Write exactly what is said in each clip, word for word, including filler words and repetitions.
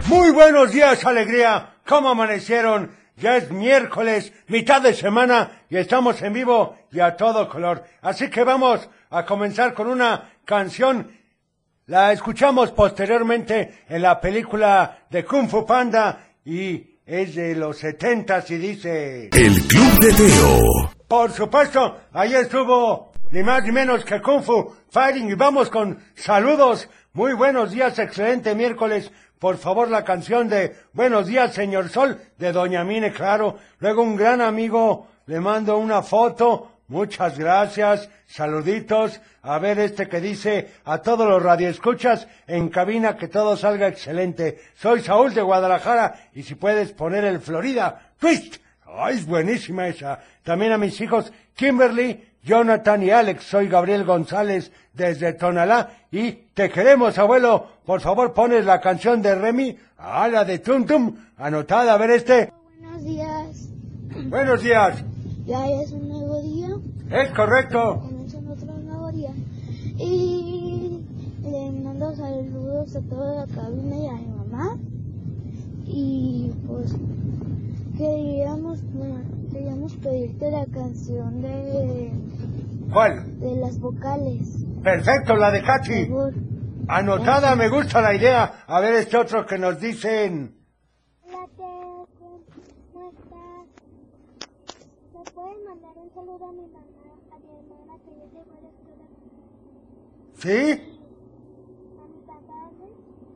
Muy buenos días, alegría. ¿Cómo amanecieron? Ya es miércoles, mitad de semana, y estamos en vivo y a todo color. Así que vamos a comenzar con una canción. La escuchamos posteriormente en la película de Kung Fu Panda y es de los setentas y dice... El Club de Teo. Por supuesto, ahí estuvo ni más ni menos que Kung Fu Fighting y vamos con saludos. Muy buenos días, excelente miércoles. Por favor, la canción de Buenos días, señor Sol, de Doña Mine, claro. Luego un gran amigo, le mando una foto. Muchas gracias, saluditos. A ver este que dice a todos los radioescuchas en cabina que todo salga excelente. Soy Saúl de Guadalajara y si puedes poner el Florida Twist. Ay, es buenísima esa. También a mis hijos Kimberly, Jonathan y Alex. Soy Gabriel González desde Tonalá y te queremos, abuelo. Por favor, pones la canción de Remy, a la de Tum Tum, anotada. A ver este. Buenos días. Buenos días. Ya es un nuevo día. Es correcto. Comienza otro nuevo día. Y le mando saludos a toda la cabina y a mi mamá. Y pues queríamos, bueno, queríamos pedirte la canción de... ¿Cuál? De las vocales. Perfecto, la de Por Katy. favor. Anotada, me gusta la idea. A ver este otro que nos dicen. Hola, Teo, ¿cómo estás? ¿Me puedes mandar un saludo a mi mamá, a mi hermana que ya llegó a la escuela? ¿Sí? A mi papá, ¿sí?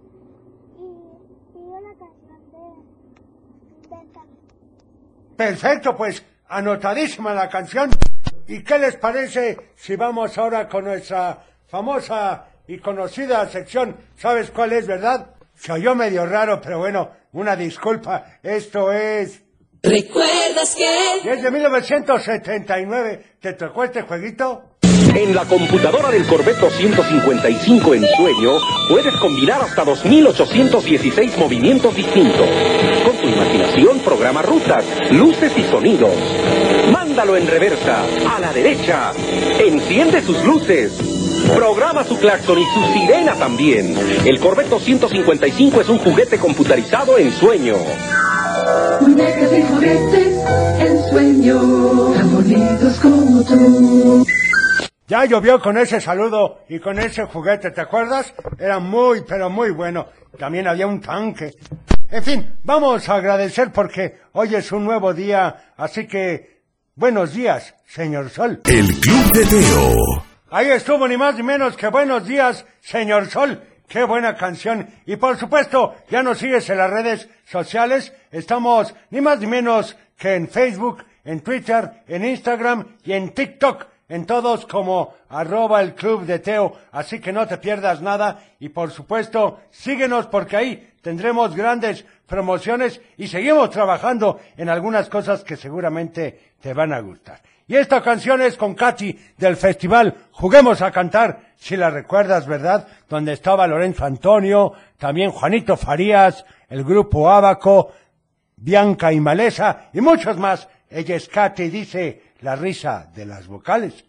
Y pido la canción de Invéntame. Perfecto, pues anotadísima la canción. ¿Y qué les parece si vamos ahora con nuestra famosa y conocida sección? ¿Sabes cuál es, verdad? Se oyó medio raro, pero bueno, una disculpa. Esto es... ¿Recuerdas que? Desde mil novecientos setenta y nueve, ¿te tocó este jueguito? En la computadora del Corvette doscientos cincuenta y cinco en sueño, puedes combinar hasta dos mil ochocientos dieciséis movimientos distintos. Con tu imaginación programa rutas, luces y sonidos. Mándalo en reversa, a la derecha. Enciende sus luces. Programa su claxon y su sirena también. El Corvette doscientos cincuenta y cinco es un juguete computarizado en sueño. Muñecas y juguetes en sueño, tan bonitos como tú. Ya llovió con ese saludo y con ese juguete, ¿te acuerdas? Era muy, pero muy bueno. También había un tanque. En fin, vamos a agradecer porque hoy es un nuevo día, así que buenos días, señor Sol. El Club de Teo. Ahí estuvo ni más ni menos que buenos días, señor Sol. Qué buena canción. Y por supuesto, ya nos sigues en las redes sociales. Estamos ni más ni menos que en Facebook, en Twitter, en Instagram y en TikTok. En todos como arroba el Club de Teo. Así que no te pierdas nada. Y por supuesto, síguenos porque ahí tendremos grandes promociones y seguimos trabajando en algunas cosas que seguramente te van a gustar. Y esta canción es con Katy del festival Juguemos a Cantar, si la recuerdas, ¿verdad? Donde estaba Lorenzo Antonio, también Juanito Farías, el grupo Ábaco, Bianca y Malesa y muchos más. Ella es Katy y dice la risa de las vocales.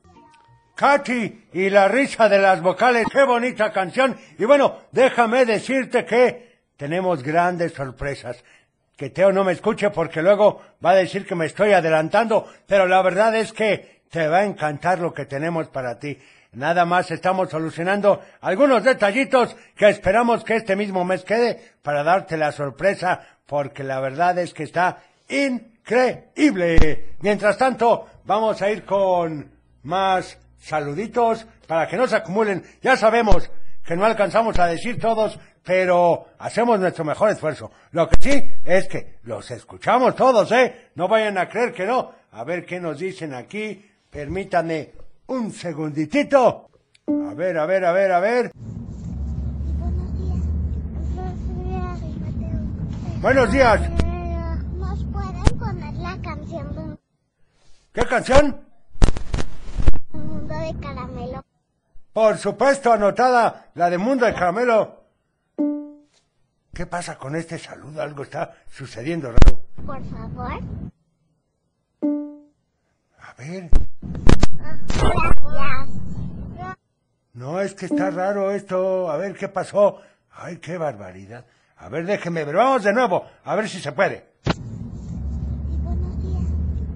Katy y la risa de las vocales, qué bonita canción. Y bueno, déjame decirte que tenemos grandes sorpresas. Que Teo no me escuche porque luego va a decir que me estoy adelantando, pero la verdad es que te va a encantar lo que tenemos para ti. Nada más estamos solucionando algunos detallitos que esperamos que este mismo mes quede para darte la sorpresa, porque la verdad es que está increíble. Mientras tanto, vamos a ir con más saluditos para que no se acumulen. Ya sabemos que no alcanzamos a decir todos, pero hacemos nuestro mejor esfuerzo. Lo que sí es que los escuchamos todos, ¿eh? No vayan a creer que no. A ver qué nos dicen aquí. Permítanme un segunditito. A ver, a ver, a ver, a ver. Buenos días. Mateo. Buenos días. ¿Nos pueden poner la canción ¿Qué canción? de Mundo de Caramelo? Por supuesto, anotada, la de Mundo de Caramelo. ¿Qué pasa con este saludo? Algo está sucediendo raro. Por favor. A ver. Gracias. No, es que está raro esto. A ver, ¿qué pasó? Ay, qué barbaridad. A ver, déjeme ver, vamos de nuevo, a ver si se puede. Buenos días.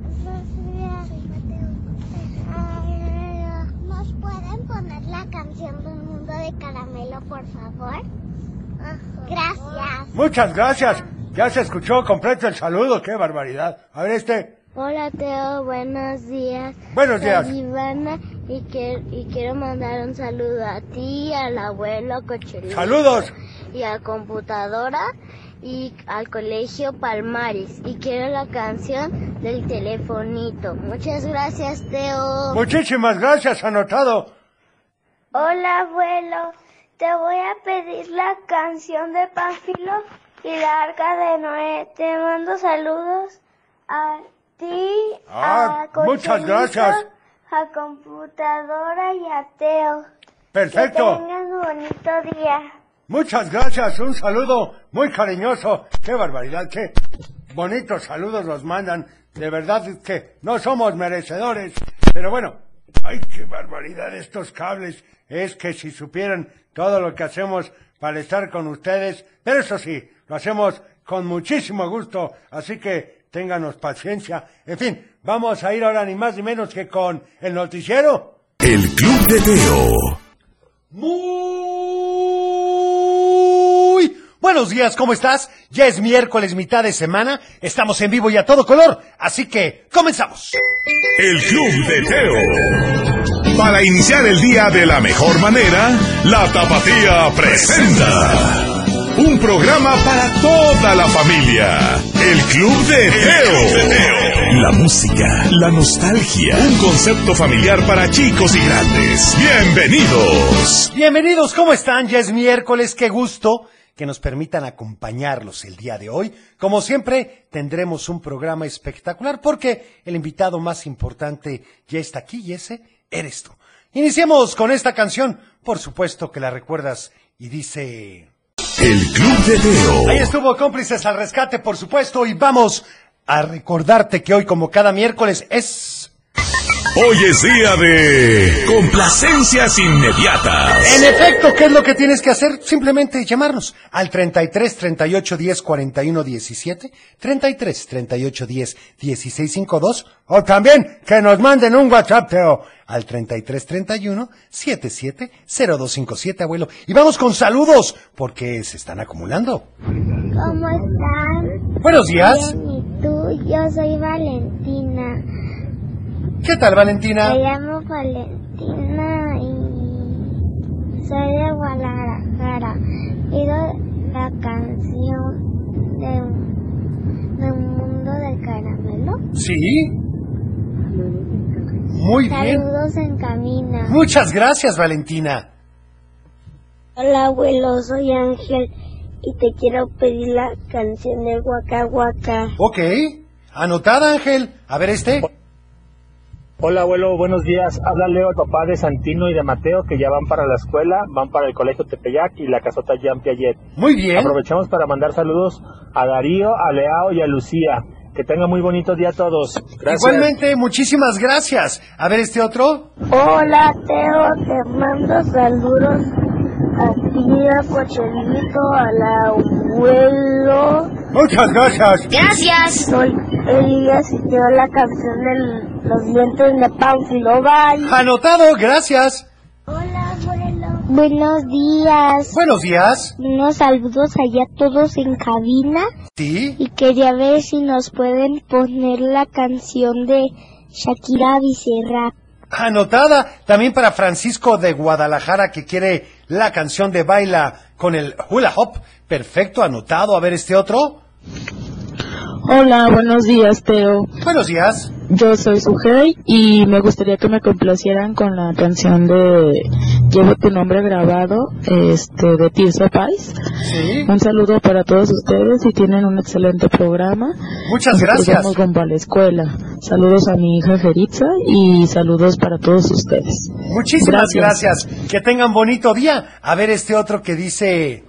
¿Nos pueden poner la canción de Un Mundo de Caramelo, por favor? Gracias. Muchas gracias. Ya se escuchó completo el saludo, qué barbaridad. A ver este. Hola Teo, buenos días. Buenos días. Soy Ivana y, que, y quiero mandar un saludo a ti, al abuelo Cochelito. Saludos. Y a computadora y al colegio Palmares. Y quiero la canción del telefonito. Muchas gracias, Teo. Muchísimas gracias, anotado. Hola abuelo, te voy a pedir la canción de Pánfilo y la Arca de Noé. Te mando saludos a ti, Ah, a Cochelito, muchas gracias. a computadora y a Teo. Perfecto. Que tengan un bonito día. Muchas gracias, un saludo muy cariñoso. Qué barbaridad, qué bonitos saludos nos mandan. De verdad es que no somos merecedores. Pero bueno, ay, qué barbaridad estos cables. Es que si supieran todo lo que hacemos para estar con ustedes, pero eso sí, lo hacemos con muchísimo gusto, así que ténganos paciencia. En fin, vamos a ir ahora ni más ni menos que con el noticiero. El Club de Teo. Muy buenos días, ¿cómo estás? Ya es miércoles, mitad de semana, estamos en vivo y a todo color, así que comenzamos. El Club de Teo. Para iniciar el día de la mejor manera, la Tapatía presenta un programa para toda la familia. El Club de Teo. La música, la nostalgia, un concepto familiar para chicos y grandes. ¡Bienvenidos! Bienvenidos, ¿cómo están? Ya es miércoles, qué gusto que nos permitan acompañarlos el día de hoy. Como siempre, tendremos un programa espectacular porque el invitado más importante ya está aquí y ese eres tú. Iniciemos con esta canción, por supuesto que la recuerdas y dice... El Club de Teo. Ahí estuvo Cómplices al Rescate, por supuesto, y vamos a recordarte que hoy, como cada miércoles, es... Hoy es día de complacencias inmediatas. En efecto, ¿qué es lo que tienes que hacer? Simplemente llamarnos al treinta y tres, treinta y ocho, diez, cuarenta y uno, diecisiete, treinta y tres, treinta y ocho, diez, dieciséis, cincuenta y dos, O también que nos manden un WhatsApp, Teo. al treinta y tres, treinta y uno, setenta y siete, cero dos cincuenta y siete, abuelo. Y vamos con saludos, porque se están acumulando. ¿Cómo están? Buenos días. Bien, ¿y tú? Yo soy Valentina. ¿Qué tal, Valentina? Me llamo Valentina y soy de Guadalajara. Pido la canción de, de Un Mundo de Caramelo. Sí. Muy bien. Saludos en camina. Muchas gracias, Valentina. Hola abuelo, soy Ángel y te quiero pedir la canción de Waka Waka. Ok. Anotada, Ángel. A ver este. Hola abuelo, buenos días. Habla Leo, el papá de Santino y de Mateo, que ya van para la escuela, van para el colegio Tepeyac y la casota Jean Piaget. Muy bien. Aprovechamos para mandar saludos a Darío, a Leao y a Lucía. Que tengan muy bonito día a todos. Gracias. Igualmente, muchísimas gracias. A ver este otro. Hola Teo, te mando saludos a ti, a Cochelito, al abuelo. Muchas gracias. Gracias. Soy Elías y quiero la canción de Los Vientos de Pánfilo. Bye. Anotado, gracias. Hola abuelo. Buenos días. Buenos días. Unos saludos allá todos en cabina. Sí. Y quería ver si nos pueden poner la canción de Shakira Bizarrap. Anotada. También para Francisco de Guadalajara, que quiere la canción de Baila con el hula hop. Perfecto, anotado. A ver este otro. Hola, buenos días, Teo. Buenos días. Yo soy Sujei y me gustaría que me complacieran con la canción de Llevo tu nombre grabado, este, de Tirso Pais. Sí. Un saludo para todos ustedes y tienen un excelente programa. Muchas gracias. Nos vamos rumbo a la escuela. Saludos a mi hija Geritza y saludos para todos ustedes. Muchísimas gracias. gracias. Que tengan bonito día. A ver este otro que dice...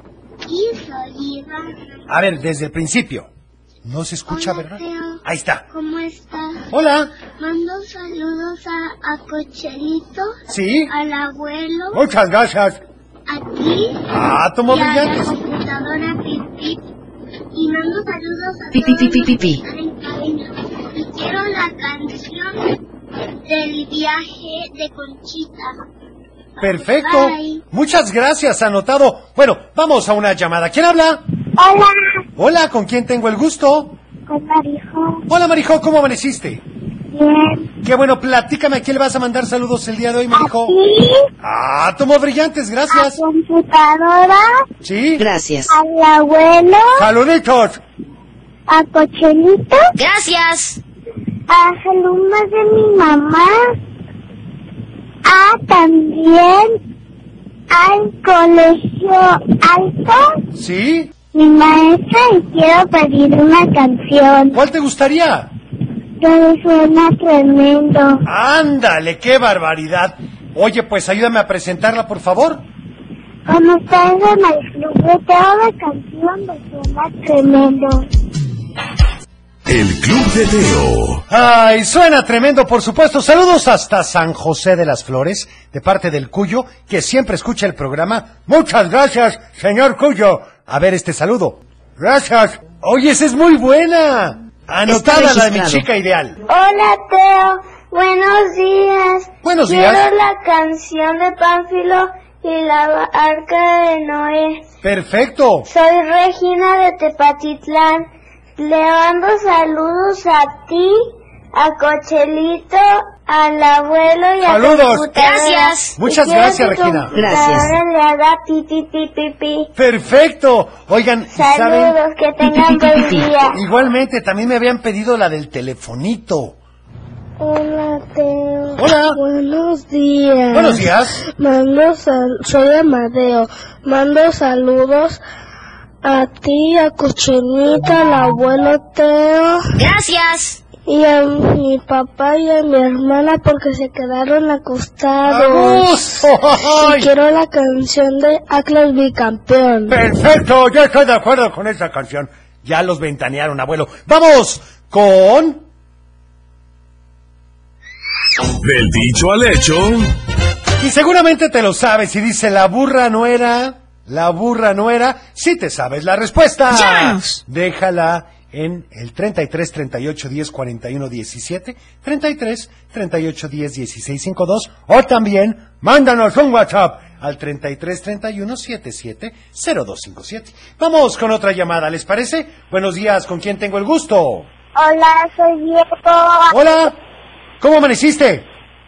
A ver, desde el principio. No se escucha, Hola, ¿verdad? Teo. Ahí está. ¿Cómo estás? Hola. Mando saludos a, a Cochelito, Sí. al abuelo, Muchas gracias. a ti Ah, tomó y a la brillantes. computadora Pi- y, y mando saludos a Pi, pi, todos pi, pi, los pi. que están en cabina. Y quiero la canción del viaje de Conchita. Perfecto. Bye. Muchas gracias, anotado. Bueno, vamos a una llamada. ¿Quién habla? Hola, Hola, ¿con quién tengo el gusto? con Marijo. Hola, Marijo, ¿cómo amaneciste? Bien. Qué bueno, platícame, ¿a quién le vas a mandar saludos el día de hoy, Marijo? Aquí, Ah, tomó brillantes, a gracias. computadora, Sí. Gracias. al abuelo, Saluditos. a Cochelito, Gracias. a alumnos de mi mamá, a también al colegio alto, ¿Sí? mi maestra, y quiero pedir una canción ¿Cuál te gustaría? que suena tremendo. Ándale, qué barbaridad. Oye, pues ayúdame a presentarla, por favor. Cuando ustedes en el club de Teo, la canción me suena tremendo. El Club de Teo. Ay, suena tremendo, por supuesto. Saludos hasta San José de las Flores, de parte del Cuyo, que siempre escucha el programa. Muchas gracias, señor Cuyo. A ver este saludo. Gracias. Oye, esa es muy buena. Anotada la de mi registrado. chica ideal. Hola Teo, buenos días. Buenos Quiero días. la canción de Pánfilo y la arca de Noé. Perfecto. Soy Regina de Tepatitlán. Le mando saludos a ti, a Cochelito, al abuelo y a Saludos. la computadora. Gracias. Y Muchas quiero gracias, que tu Regina. computadora Gracias. le haga pi, pi, pi, pi, pi. Perfecto. Oigan, ¿y ¿saben? Saludos, que tengan buen día. Igualmente, también me habían pedido la del telefonito. Hola Teo. Hola. Buenos días. Buenos días. Mando sal soy Amadeo. Mando saludos a ti, a Cochelita, al abuelo Teo Gracias. y a mi papá y a mi hermana porque se quedaron acostados. ¡Vamos! Y ¡Ay! quiero la canción de Atlas Bicampeón. Perfecto, yo estoy de acuerdo con esa canción. Ya los ventanearon, abuelo. Vamos con... Del dicho al hecho. Y seguramente te lo sabes y dice, la burra no era, la burra no era. Si te sabes la respuesta, Llámanos. déjala en el treinta y tres, treinta y ocho, diez, cuarenta y uno, diecisiete, treinta y tres, treinta y ocho, diez, dieciséis, cincuenta y dos, o también Mándanos un WhatsApp. al treinta y tres, treinta y uno, setenta y siete, cero dos cincuenta y siete. Vamos con otra llamada, ¿les parece? Buenos días, ¿con quién tengo el gusto? Hola, soy Diego. Hola, ¿cómo amaneciste?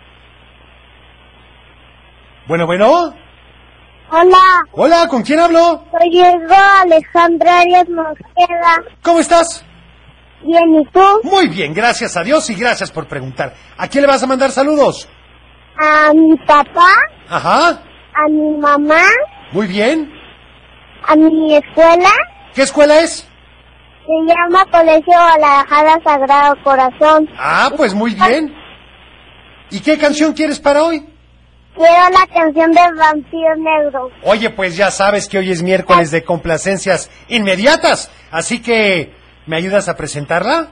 Bueno, bueno. Hola, Hola, ¿con quién hablo? soy Diego Alejandra Arias Mosqueda. ¿Cómo estás? Bien, ¿y tú? Muy bien, gracias a Dios y gracias por preguntar. ¿A quién le vas a mandar saludos? A mi papá, Ajá, a mi mamá, muy bien. a mi escuela. ¿Qué escuela es? Se llama Colegio Guadalajara Sagrado Corazón. Ah, pues muy bien. ¿Y qué canción quieres para hoy? Quiero la canción del Vampiro Negro. Oye, pues ya sabes que hoy es miércoles de complacencias inmediatas, así que ¿me ayudas a presentarla?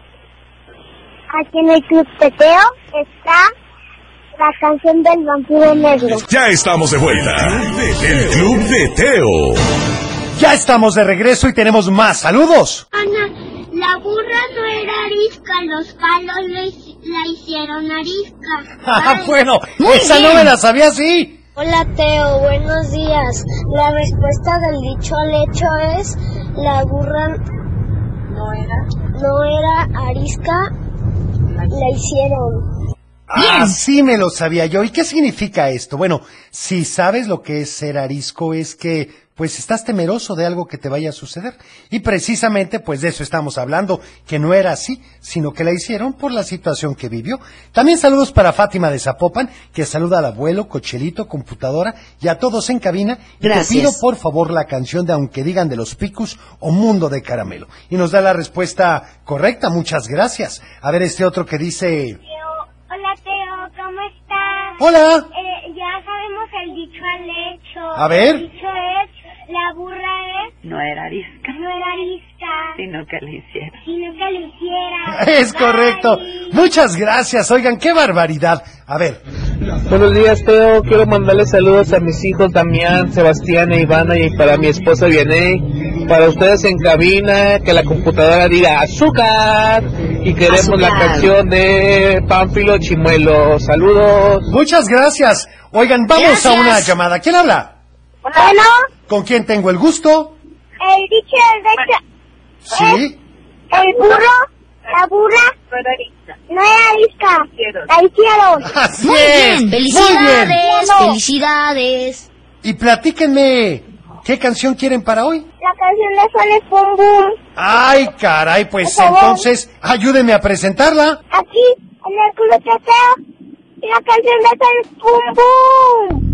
Aquí en el Club de Teo está la canción del Vampiro Negro. Ya estamos de vuelta. El Club de Teo. Ya estamos de regreso y tenemos más saludos. Ana, la burra no era arisca, los palos le hic- la hicieron arisca. Ah, bueno, Muy esa bien. no me la sabía, sí. Hola Teo, buenos días. La respuesta del dicho al hecho es la burra no era, no era arisca, la hicieron. Ah, sí me lo sabía yo. ¿Y qué significa esto? Bueno, si sabes lo que es ser arisco, es que pues estás temeroso de algo que te vaya a suceder. Y precisamente pues de eso estamos hablando, que no era así, sino que la hicieron por la situación que vivió. También saludos para Fátima de Zapopan, que saluda al abuelo, Cochelito, computadora y a todos en cabina. Y Gracias. te pido por favor la canción de Aunque digan de los Picus o Mundo de Caramelo. Y nos da la respuesta correcta, muchas gracias. A ver este otro que dice... Hola Teo, ¿cómo estás? Hola. Eh, ya sabemos el dicho al hecho. A ver. El dicho es, la burra es, No era arisca, no era arisca, sino que le hiciera. sino que lo hiciera. Es correcto. Bye. Muchas gracias. Oigan, qué barbaridad. A ver, Buenos días, Teo. Quiero mandarle saludos a mis hijos Damián, Sebastián e Ivana y para mi esposa Vianey. para ustedes en cabina, que la computadora diga azúcar, y queremos azúcar. La canción de Pánfilo Chimuelo. Saludos. Muchas gracias. Oigan, vamos gracias. A una llamada. ¿Quién habla? Bueno. ¿Con quién tengo el gusto? El dicho del becho. Sí. El burro, la burra, no era arisca, la hicieron. Así Muy es. bien, felicidades, Muy bien. felicidades. Y platíquenme, ¿qué canción quieren para hoy? La canción de Sol es Pum Bum. Ay, caray, pues entonces, ayúdenme a presentarla. Aquí, en el Club de Teo, y la canción de Sol es Pum Bum.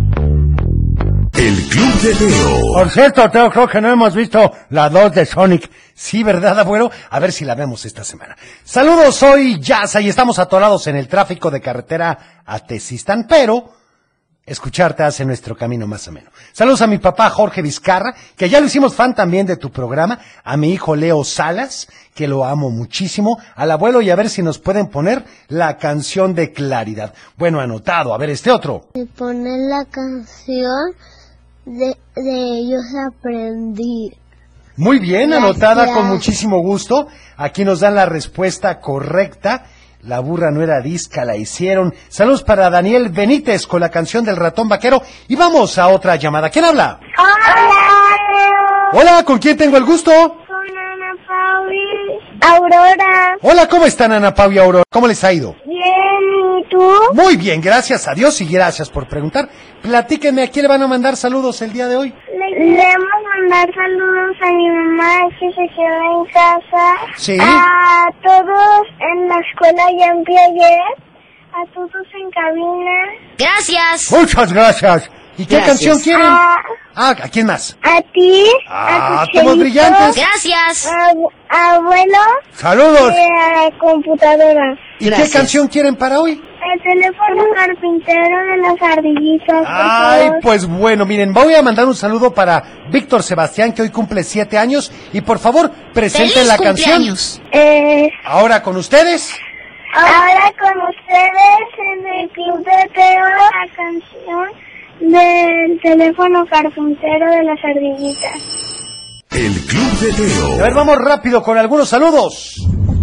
El Club de Teo. Por cierto, Teo, creo que no hemos visto la dos de Sonic. Sí, ¿verdad, abuelo? A ver si la vemos esta semana. Saludos, soy Yasa y estamos atorados en el tráfico de carretera a Tezistán, pero escucharte hace nuestro camino más ameno. Saludos a mi papá Jorge Vizcarra, que ya lo hicimos fan también de tu programa, a mi hijo Leo Salas, que lo amo muchísimo, al abuelo, y a ver si nos pueden poner la canción de Claridad. Bueno, anotado, a ver este otro. Y poner la canción de, de Ellos Aprendí. Muy bien, gracias. Anotada con muchísimo gusto. Aquí nos dan la respuesta correcta. La burra no era arisca, la hicieron. Saludos para Daniel Benítez con la canción del ratón vaquero. Y vamos a otra llamada. ¿Quién habla? Hola. Hola, ¿con quién tengo el gusto? Con Ana Pau y Aurora. Hola, ¿cómo están Ana Pau y Aurora? ¿Cómo les ha ido? Bien, ¿y tú? Muy bien, gracias a Dios y gracias por preguntar. Platíquenme, ¿a quién le van a mandar saludos el día de hoy? Le debemos mandar saludos a mi mamá que se quedó en casa. Sí. A todos en la escuela Jean Piaget. A todos en cabina. Gracias. Muchas gracias. ¿Y qué Gracias. canción quieren? A, Ah, ¿a quién más? a ti. Ah, a tu somos chelito, brillantes. Gracias. A, a abuelo. Saludos. Y a la computadora. ¿Y Gracias. qué canción quieren para hoy? El teléfono carpintero de las ardillitas. por Ay, favor. pues bueno, miren, voy a mandar un saludo para Víctor Sebastián, que hoy cumple siete años, y por favor, presenten ¡Feliz la canción. cumpleaños! Eh, Ahora con ustedes. ahora con ustedes en el Club de Teo la canción del teléfono carpintero de las ardillitas. El Club de A Teo. ver, vamos rápido con algunos saludos.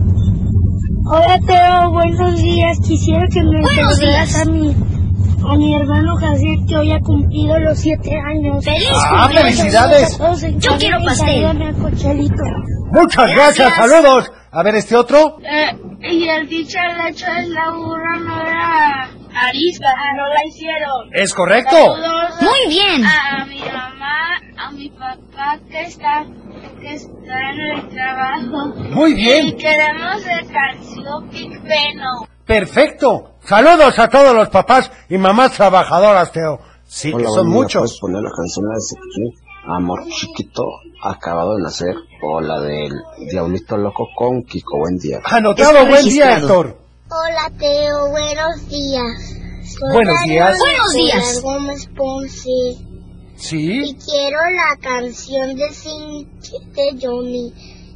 Hola Teo, buenos días. Quisiera que me Buenos saludaras días. a mi, a mi hermano Jaciel, que hoy ha cumplido los siete años. ¡Feliz Ah, cumpleaños! felicidades. Yo quiero pastel. A Cochelito. Muchas gracias, Gracias. saludos. A ver, este otro. Eh, y el dicho al hecho de la burra no era arisca, no la hicieron. Es correcto. Saludos Muy bien. a mi mamá, a mi papá que está, que está en el trabajo. Muy bien. Y queremos el canción Big Beno. Perfecto. Saludos a todos los papás y mamás trabajadoras, Teo. Sí, Hola, que son buenos días. ¿Puedes muchos. poner la canción de Ezequiel, Amor Chiquito, acabado de nacer, o la del Diablito Loco con Kiko? Buen día. Anotado, Está buen día, registrado. Héctor. Hola Teo, buenos días. Soy Buenos días. Ariana Buenos días. Gómez Ponce. Y Sí. quiero la canción de Cinche de Johnny.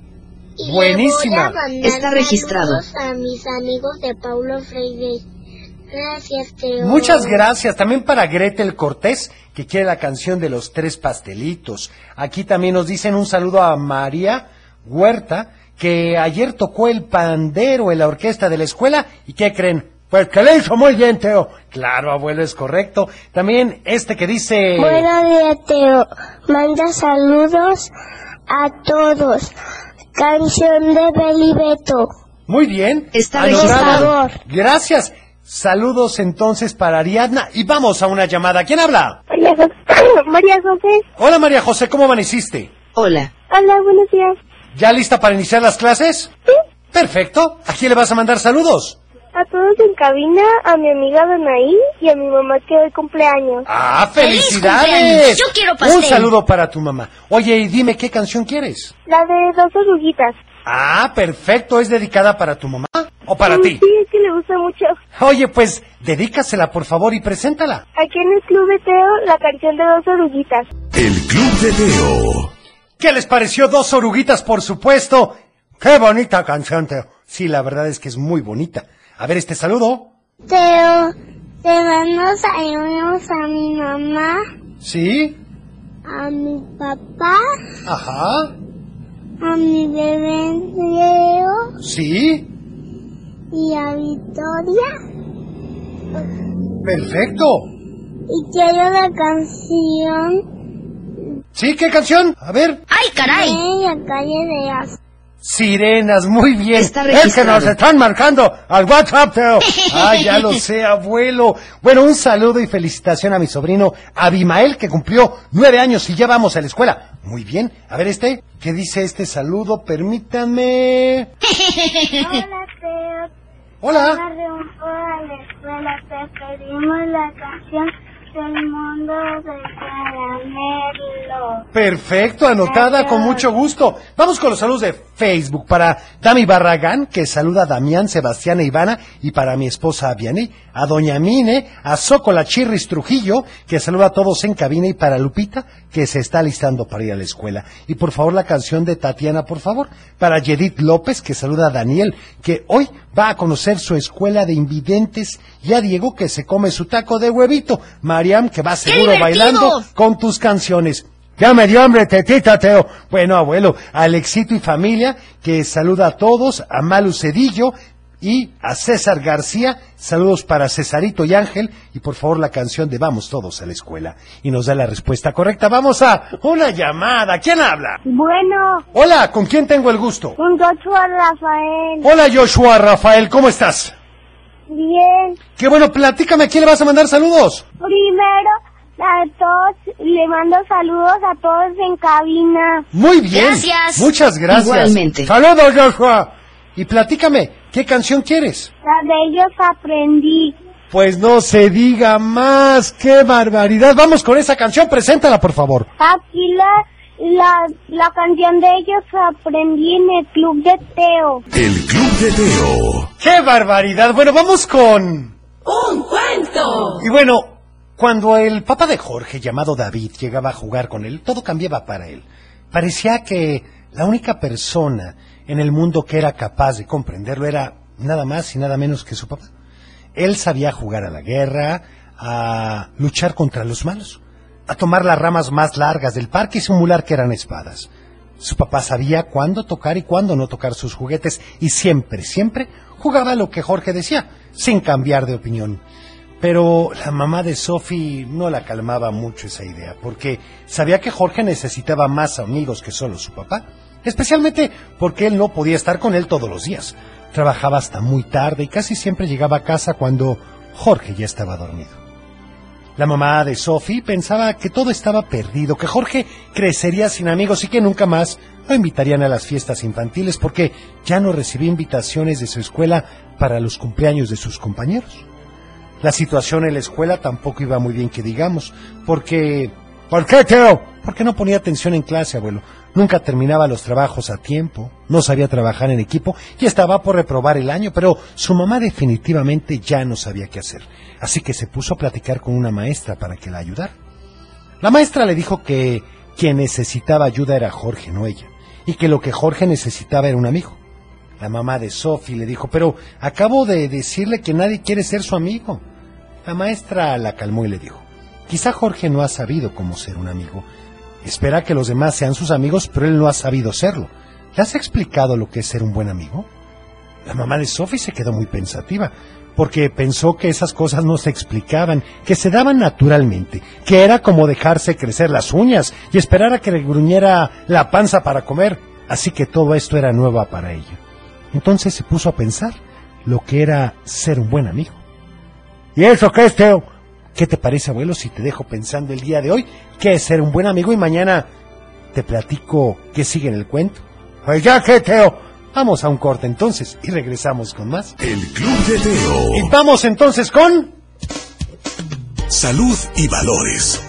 Y Buenísima. le voy a mandar Está registrado. saludos a mis amigos de Paulo Freire. Gracias, Teo. Muchas gracias. También para Gretel Cortés, que quiere la canción de los tres pastelitos. Aquí también nos dicen un saludo a María Huerta, que ayer tocó el pandero en la orquesta de la escuela. ¿Y qué creen? Pues que le hizo muy bien, Teo. Claro, abuelo, es correcto. También este que dice... Buenos días, Teo. Manda saludos a todos. Canción de Beli Beto. Muy bien. Está Anotado. registrado. Por favor. Gracias. Saludos entonces para Ariadna. Y vamos a una llamada. ¿Quién habla? María José. María José. Hola María José, ¿cómo amaneciste? Hola. Hola, buenos días. ¿Ya lista para iniciar las clases? Sí. Perfecto. ¿A quién le vas a mandar saludos? A todos en cabina, a mi amiga Danaí y a mi mamá que hoy cumpleaños. ¡Ah, ¡Feliz felicidades! cumpleaños! Yo quiero pastel. Un saludo para tu mamá. Oye, y dime qué canción quieres. La de dos oruguitas. Ah, perfecto. ¿Es dedicada para tu mamá o para Sí, ti? Sí, es que le gusta mucho. Oye, pues, dedícasela por favor y preséntala. Aquí en el Club de Teo, la canción de dos oruguitas. El Club de Teo. ¿Qué les pareció Dos Oruguitas, por supuesto? Qué bonita canción, Teo. Sí, la verdad es que es muy bonita. A ver este saludo. Teo, te damos saludos a mi mamá, ¿Sí? a mi papá, Ajá. a mi bebé Leo Sí. y a Victoria. Perfecto. Y quiero la canción ¿Sí? ¿Qué canción? A ver. ¡Ay, caray! de la calle de Az. Sirenas, muy bien. Está Es que registrado. nos están marcando al WhatsApp, Teo. Ah, ya lo sé, abuelo. Bueno, un saludo y felicitación a mi sobrino Abimael, que cumplió nueve años y ya vamos a la escuela. Muy bien. A ver este. ¿Qué dice este saludo? Permítanme. Hola, Teo. Hola. Ahora rumbo a la escuela te pedimos la canción del mundo de caramelo. Perfecto, anotada con mucho gusto. Vamos con los saludos de Facebook para Dami Barragán, que saluda a Damián, Sebastián e Ivana, y para mi esposa Vianney, a Doña Mine, a Zócola Chirris Trujillo, que saluda a todos en cabina, y para Lupita, que se está listando para ir a la escuela. Y por favor la canción de Tatiana, por favor, para Yedith López, que saluda a Daniel, que hoy va a conocer su escuela de invidentes, y a Diego, que se come su taco de huevito, Mariam, que va seguro bailando con tus canciones. Ya me dio hambre, tetita, Teo. Bueno, abuelo, a Alexito y familia, que saluda a todos, a Malu Cedillo y a César García. Saludos para Cesarito y Ángel, y por favor la canción de Vamos Todos a la Escuela. Y nos da la respuesta correcta. Vamos a una llamada. ¿Quién habla? Bueno, Hola, ¿con quién tengo el gusto? un Joshua Rafael. Hola, Joshua Rafael, ¿cómo estás? Bien. Qué bueno, platícame, ¿a quién le vas a mandar saludos? Primero, a todos, le mando saludos a todos en cabina. Muy bien. Gracias. Muchas gracias. Igualmente. Saludos, Joshua. Y platícame, ¿qué canción quieres? La de ellos aprendí. Pues no se diga más, qué barbaridad. Vamos con esa canción, preséntala por favor. Aquí la, la, la canción de ellos aprendí en el Club de Teo. El Club de Teo. ¡Qué barbaridad! Bueno, vamos con... ¡Un cuento! Y bueno, cuando el papá de Jorge, llamado David, llegaba a jugar con él, todo cambiaba para él. Parecía que la única persona en el mundo que era capaz de comprenderlo era nada más y nada menos que su papá. Él sabía jugar a la guerra, a luchar contra los malos, a tomar las ramas más largas del parque y simular que eran espadas. Su papá sabía cuándo tocar y cuándo no tocar sus juguetes, y siempre, siempre jugaba lo que Jorge decía, sin cambiar de opinión. Pero la mamá de Sophie no la calmaba mucho esa idea, porque sabía que Jorge necesitaba más amigos que solo su papá, especialmente porque él no podía estar con él todos los días. Trabajaba hasta muy tarde y casi siempre llegaba a casa cuando Jorge ya estaba dormido. La mamá de Sophie pensaba que todo estaba perdido, que Jorge crecería sin amigos y que nunca más lo invitarían a las fiestas infantiles porque ya no recibía invitaciones de su escuela para los cumpleaños de sus compañeros. La situación en la escuela tampoco iba muy bien, que digamos, porque... ¿Por qué, Teo? Porque no ponía atención en clase, abuelo. Nunca terminaba los trabajos a tiempo, no sabía trabajar en equipo y estaba por reprobar el año, pero su mamá definitivamente ya no sabía qué hacer. Así que se puso a platicar con una maestra para que la ayudara. La maestra le dijo que quien necesitaba ayuda era Jorge, no ella, y que lo que Jorge necesitaba era un amigo. La mamá de Sophie le dijo, pero acabo de decirle que nadie quiere ser su amigo. La maestra la calmó y le dijo, quizá Jorge no ha sabido cómo ser un amigo. Espera que los demás sean sus amigos, pero él no ha sabido serlo. ¿Le has explicado lo que es ser un buen amigo? La mamá de Sophie se quedó muy pensativa, porque pensó que esas cosas no se explicaban, que se daban naturalmente, que era como dejarse crecer las uñas y esperar a que le gruñera la panza para comer. Así que todo esto era nuevo para ella. Entonces se puso a pensar lo que era ser un buen amigo. ¿Y eso qué es, Teo? ¿Qué te parece, abuelo, si te dejo pensando el día de hoy qué es ser un buen amigo y mañana te platico qué sigue en el cuento? Pues ya que, Teo. Vamos a un corte entonces y regresamos con más. El Club de Teo. Y vamos entonces con... Salud y valores.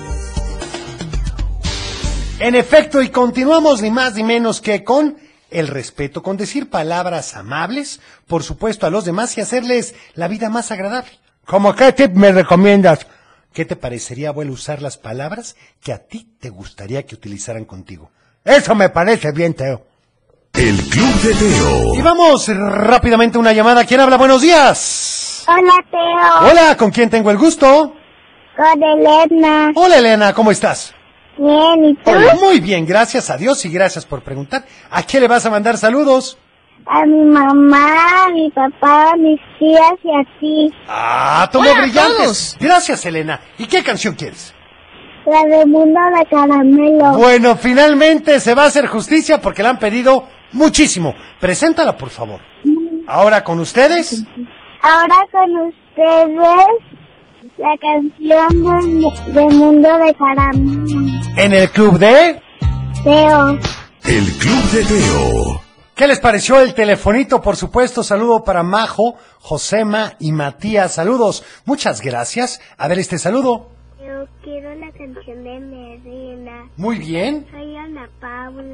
En efecto, y continuamos ni más ni menos que con el respeto, con decir palabras amables, por supuesto, a los demás y hacerles la vida más agradable. ¿Cómo qué tip me recomiendas? ¿Qué te parecería, abuelo, usar las palabras que a ti te gustaría que utilizaran contigo? Eso me parece bien, Teo. El Club de Teo. Y vamos rápidamente a una llamada. ¿Quién habla? Buenos días. Hola, Teo. Hola, ¿con quién tengo el gusto? Con Elena. Hola, Elena, ¿cómo estás? Bien, ¿y tú? Muy bien, gracias a Dios y gracias por preguntar. ¿A quién le vas a mandar saludos? A mi mamá, a mi papá, a mis tías y a ti. Ah, tomó Hola a brillantes. todos. Gracias, Elena. ¿Y qué canción quieres? La de Mundo de Caramelo. Bueno, finalmente se va a hacer justicia porque la han pedido muchísimo. Preséntala, por favor. Ahora con ustedes. Ahora con ustedes, la canción de, de Mundo de Caramelo. En el club de... Teo. El Club de Teo. ¿Qué les pareció el telefonito? Por supuesto, saludo para Majo, Josema y Matías. Saludos. Muchas gracias. A ver este saludo. Yo quiero la canción de Medina. Muy bien. Soy Ana Paula.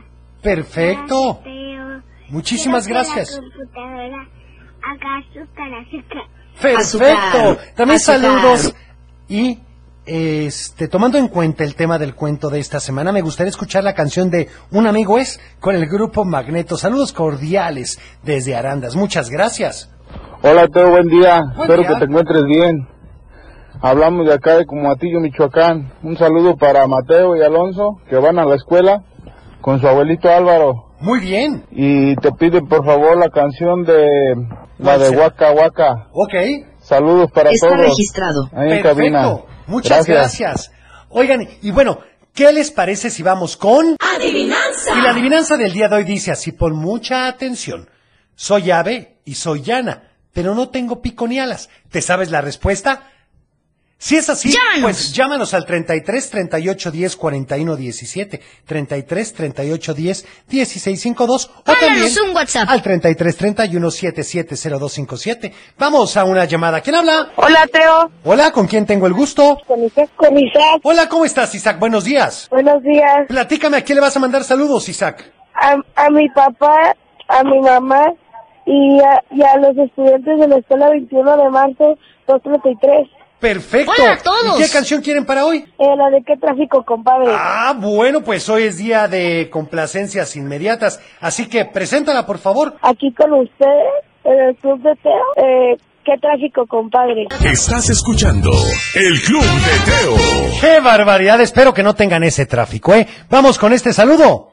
Perfecto. Teo. Muchísimas Quiero que gracias. la computadora haga azúcar, azúcar. Perfecto. Azúcar, También azúcar. saludos. Y este, tomando en cuenta el tema del cuento de esta semana, me gustaría escuchar la canción de Un amigo es con el grupo Magneto. Saludos cordiales desde Arandas. Muchas gracias. Hola Teo, buen día. Buen Espero día. que te encuentres bien. Hablamos de acá de Comatillo, Michoacán. Un saludo para Mateo y Alonso, que van a la escuela con su abuelito Álvaro. Muy bien. Y te piden por favor la canción de la ¿Cuál de será? Waka Waka. Ok. Saludos para Está todos. registrado. Ahí en Perfecto. cabina. Muchas gracias. Oigan, y bueno, ¿qué les parece si vamos con... ¡Adivinanza! Y la adivinanza del día de hoy dice así, pon mucha atención. Soy ave y soy llana, pero no tengo pico ni alas. ¿Te sabes la respuesta? Si es así, Llámanos. pues llámanos al treinta y tres, treinta y ocho, diez, cuarenta y uno, diecisiete, treinta y tres, treinta y ocho, diez, dieciséis, cincuenta y dos, o Mándanos también un WhatsApp. al treinta y tres, treinta y uno, setenta y siete, cero dos cincuenta y siete. Vamos a una llamada. ¿Quién habla? Hola, Teo. Hola, ¿con quién tengo el gusto? Con Isaac. Con Isaac. Hola, ¿cómo estás, Isaac? Buenos días. Buenos días. Platícame, ¿a quién le vas a mandar saludos, Isaac? A, a mi papá, a mi mamá y a, y a los estudiantes de la escuela veintiuno de marzo, dos treinta y tres. Perfecto. Hola a todos. ¿Y qué canción quieren para hoy? Eh, la de qué tráfico, compadre. Ah, bueno, pues hoy es día de complacencias inmediatas, así que preséntala, por favor. Aquí con ustedes, en el club de Teo. Eh, qué tráfico, compadre. Estás escuchando El Club de Teo. ¡Qué barbaridad! Espero que no tengan ese tráfico, ¿eh? Vamos con este saludo.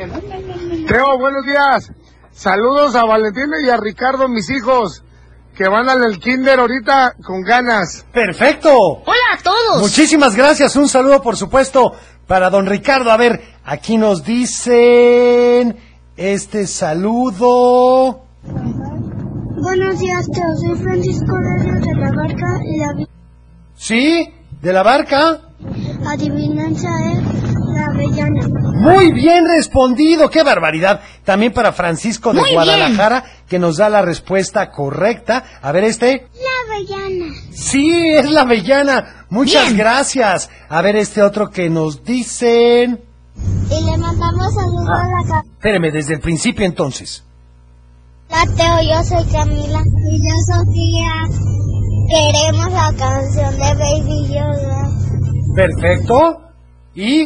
Teo, buenos días. Saludos a Valentina y a Ricardo, mis hijos, que van al kinder ahorita con ganas. ¡Perfecto! Hola a todos. Muchísimas gracias. Un saludo, por supuesto, para don Ricardo. A ver, aquí nos dicen este saludo. Buenos días, Teo. Soy Francisco Reyes de la Barca y la vi- ¿Sí? ¿De la barca? adivinanza es la avellana. Muy bien respondido, qué barbaridad. También para Francisco de Muy Guadalajara, que nos da la respuesta correcta. A ver este. La avellana. Sí, es la avellana. Muchas Bien. gracias. A ver este otro que nos dicen. Y le mandamos saludos a la ca- Espéreme, desde el principio entonces. Hola, Teo. Yo soy Camila. Y yo, Sofía. Queremos la canción de Baby Yoda. Perfecto. Y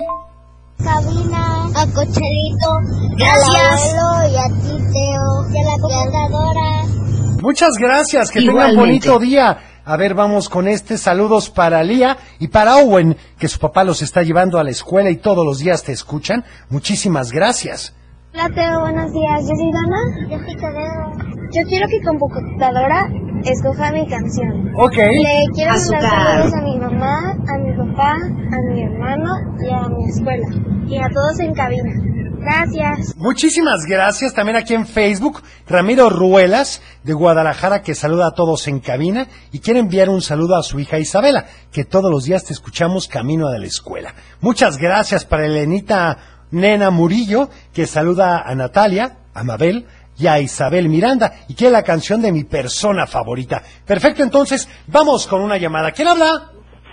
Cabina, a Cochelito, Gracias. al abuelo y a ti, Teo, y a la computadora. muchas gracias, que tengan Igualmente. bonito día. A ver, vamos con este. Saludos para Lía y para Owen, que su papá los está llevando a la escuela y todos los días te escuchan. Muchísimas gracias. Hola, Teo, buenos días. Yo soy Dana. Yo soy Tadeo. Yo quiero que con computadora escoja mi canción. Ok. Le quiero mandar Azúcar. saludos a mi mamá, a mi papá, a mi hermano y a mi escuela. Y a todos en cabina. Gracias. Muchísimas gracias. También aquí en Facebook, Ramiro Ruelas, de Guadalajara, que saluda a todos en cabina y quiere enviar un saludo a su hija Isabela, que todos los días te escuchamos camino a la escuela. Muchas gracias para Elenita Nena Murillo, que saluda a Natalia, a Mabel y a Isabel Miranda y quiere la canción de mi persona favorita. Perfecto, entonces vamos con una llamada. ¿Quién habla?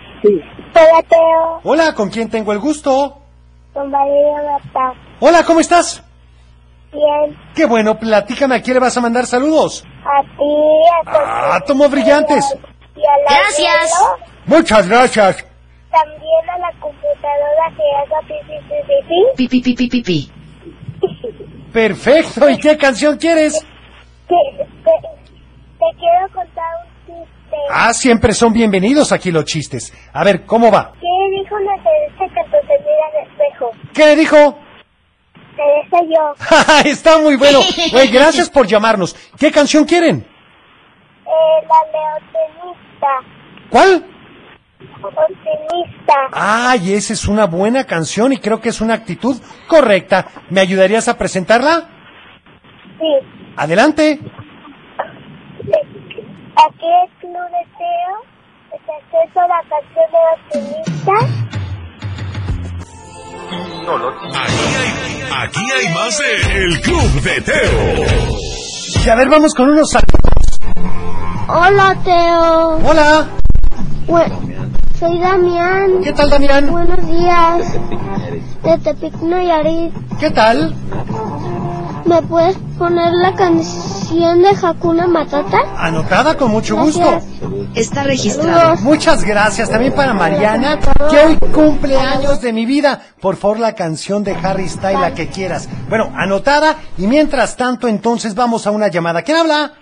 Hola, Teo. Hola, ¿con quién tengo el gusto? Con Valeria Mata. Hola, ¿cómo estás? Bien. Qué bueno, platícame, ¿a quién le vas a mandar saludos? A ti, a Ah, tomó brillantes. y a la Gracias. abuelo, Muchas gracias. también a la computadora que haga pipi, pipi, Pi, pi, pi, pi, pi, pi. Perfecto, ¿y qué canción quieres? Que te, te quiero contar un chiste. Ah, siempre son bienvenidos aquí los chistes. A ver, ¿cómo va? ¿Qué dijo una cereza cuando se mira ¿Qué le dijo? Te deseo yo. Está muy bueno. Oye, gracias por llamarnos. ¿Qué canción quieren? Eh, la de Optimista. ¿Cuál? Optimista. Ay, esa es una buena canción y creo que es una actitud correcta. ¿Me ayudarías a presentarla? Sí. Adelante. Aquí es Club de Teo. Te acceso a la canción de Optimista. Aquí hay, aquí hay más de El Club de Teo. Y a ver, vamos con unos saludos. Hola, Teo. Hola. Bueno, soy Damián. ¿Qué tal, Damián? Buenos días. De Tepic, Nayarit. ¿Qué tal? ¿Me puedes poner la canción de Hakuna Matata? Anotada con mucho Gracias. gusto. Está registrado. Muchas gracias también para Mariana, que hoy cumple años de mi vida. Por favor, la canción de Harry Styles, la que quieras. Bueno, anotada. Y mientras tanto, entonces vamos a una llamada. ¿Quién habla?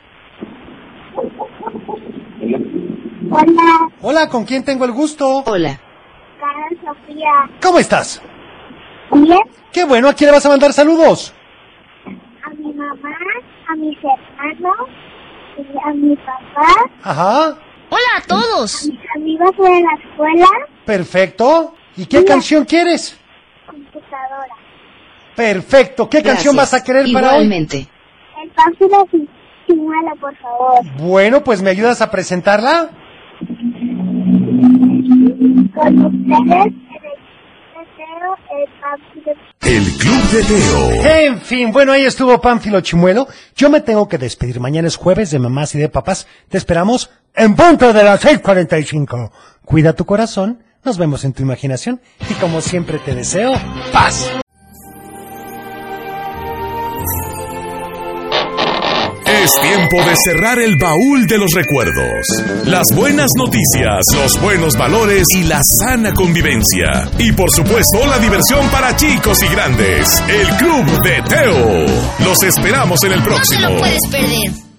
Hola. Hola, ¿con quién tengo el gusto? Hola. Carol Sofía. ¿Cómo estás? Bien. Qué bueno, ¿a quién le vas a mandar saludos? A mi mamá, a mis hermanos, y a mi papá, Ajá, Hola a todos. a mis amigos de la escuela, perfecto. ¿Y qué Hola. canción quieres? computadora. Perfecto, ¿qué canción vas a querer para hoy? Igualmente. El Pánfilo Chimuelo, por favor. Bueno, pues ¿me ayudas a presentarla? Con ustedes, el deseo, el Pánfilo. El Club de Teo. En fin, bueno, ahí estuvo Pánfilo Chimuelo. Yo me tengo que despedir. Mañana es jueves de mamás y de papás. Te esperamos en punto de las seis cuarenta y cinco. Cuida tu corazón, nos vemos en tu imaginación y como siempre te deseo paz. Es tiempo de cerrar el baúl de los recuerdos. Las buenas noticias, los buenos valores y la sana convivencia. Y por supuesto, la diversión para chicos y grandes. El Club de Teo. Los esperamos en el próximo. No te lo puedes perder.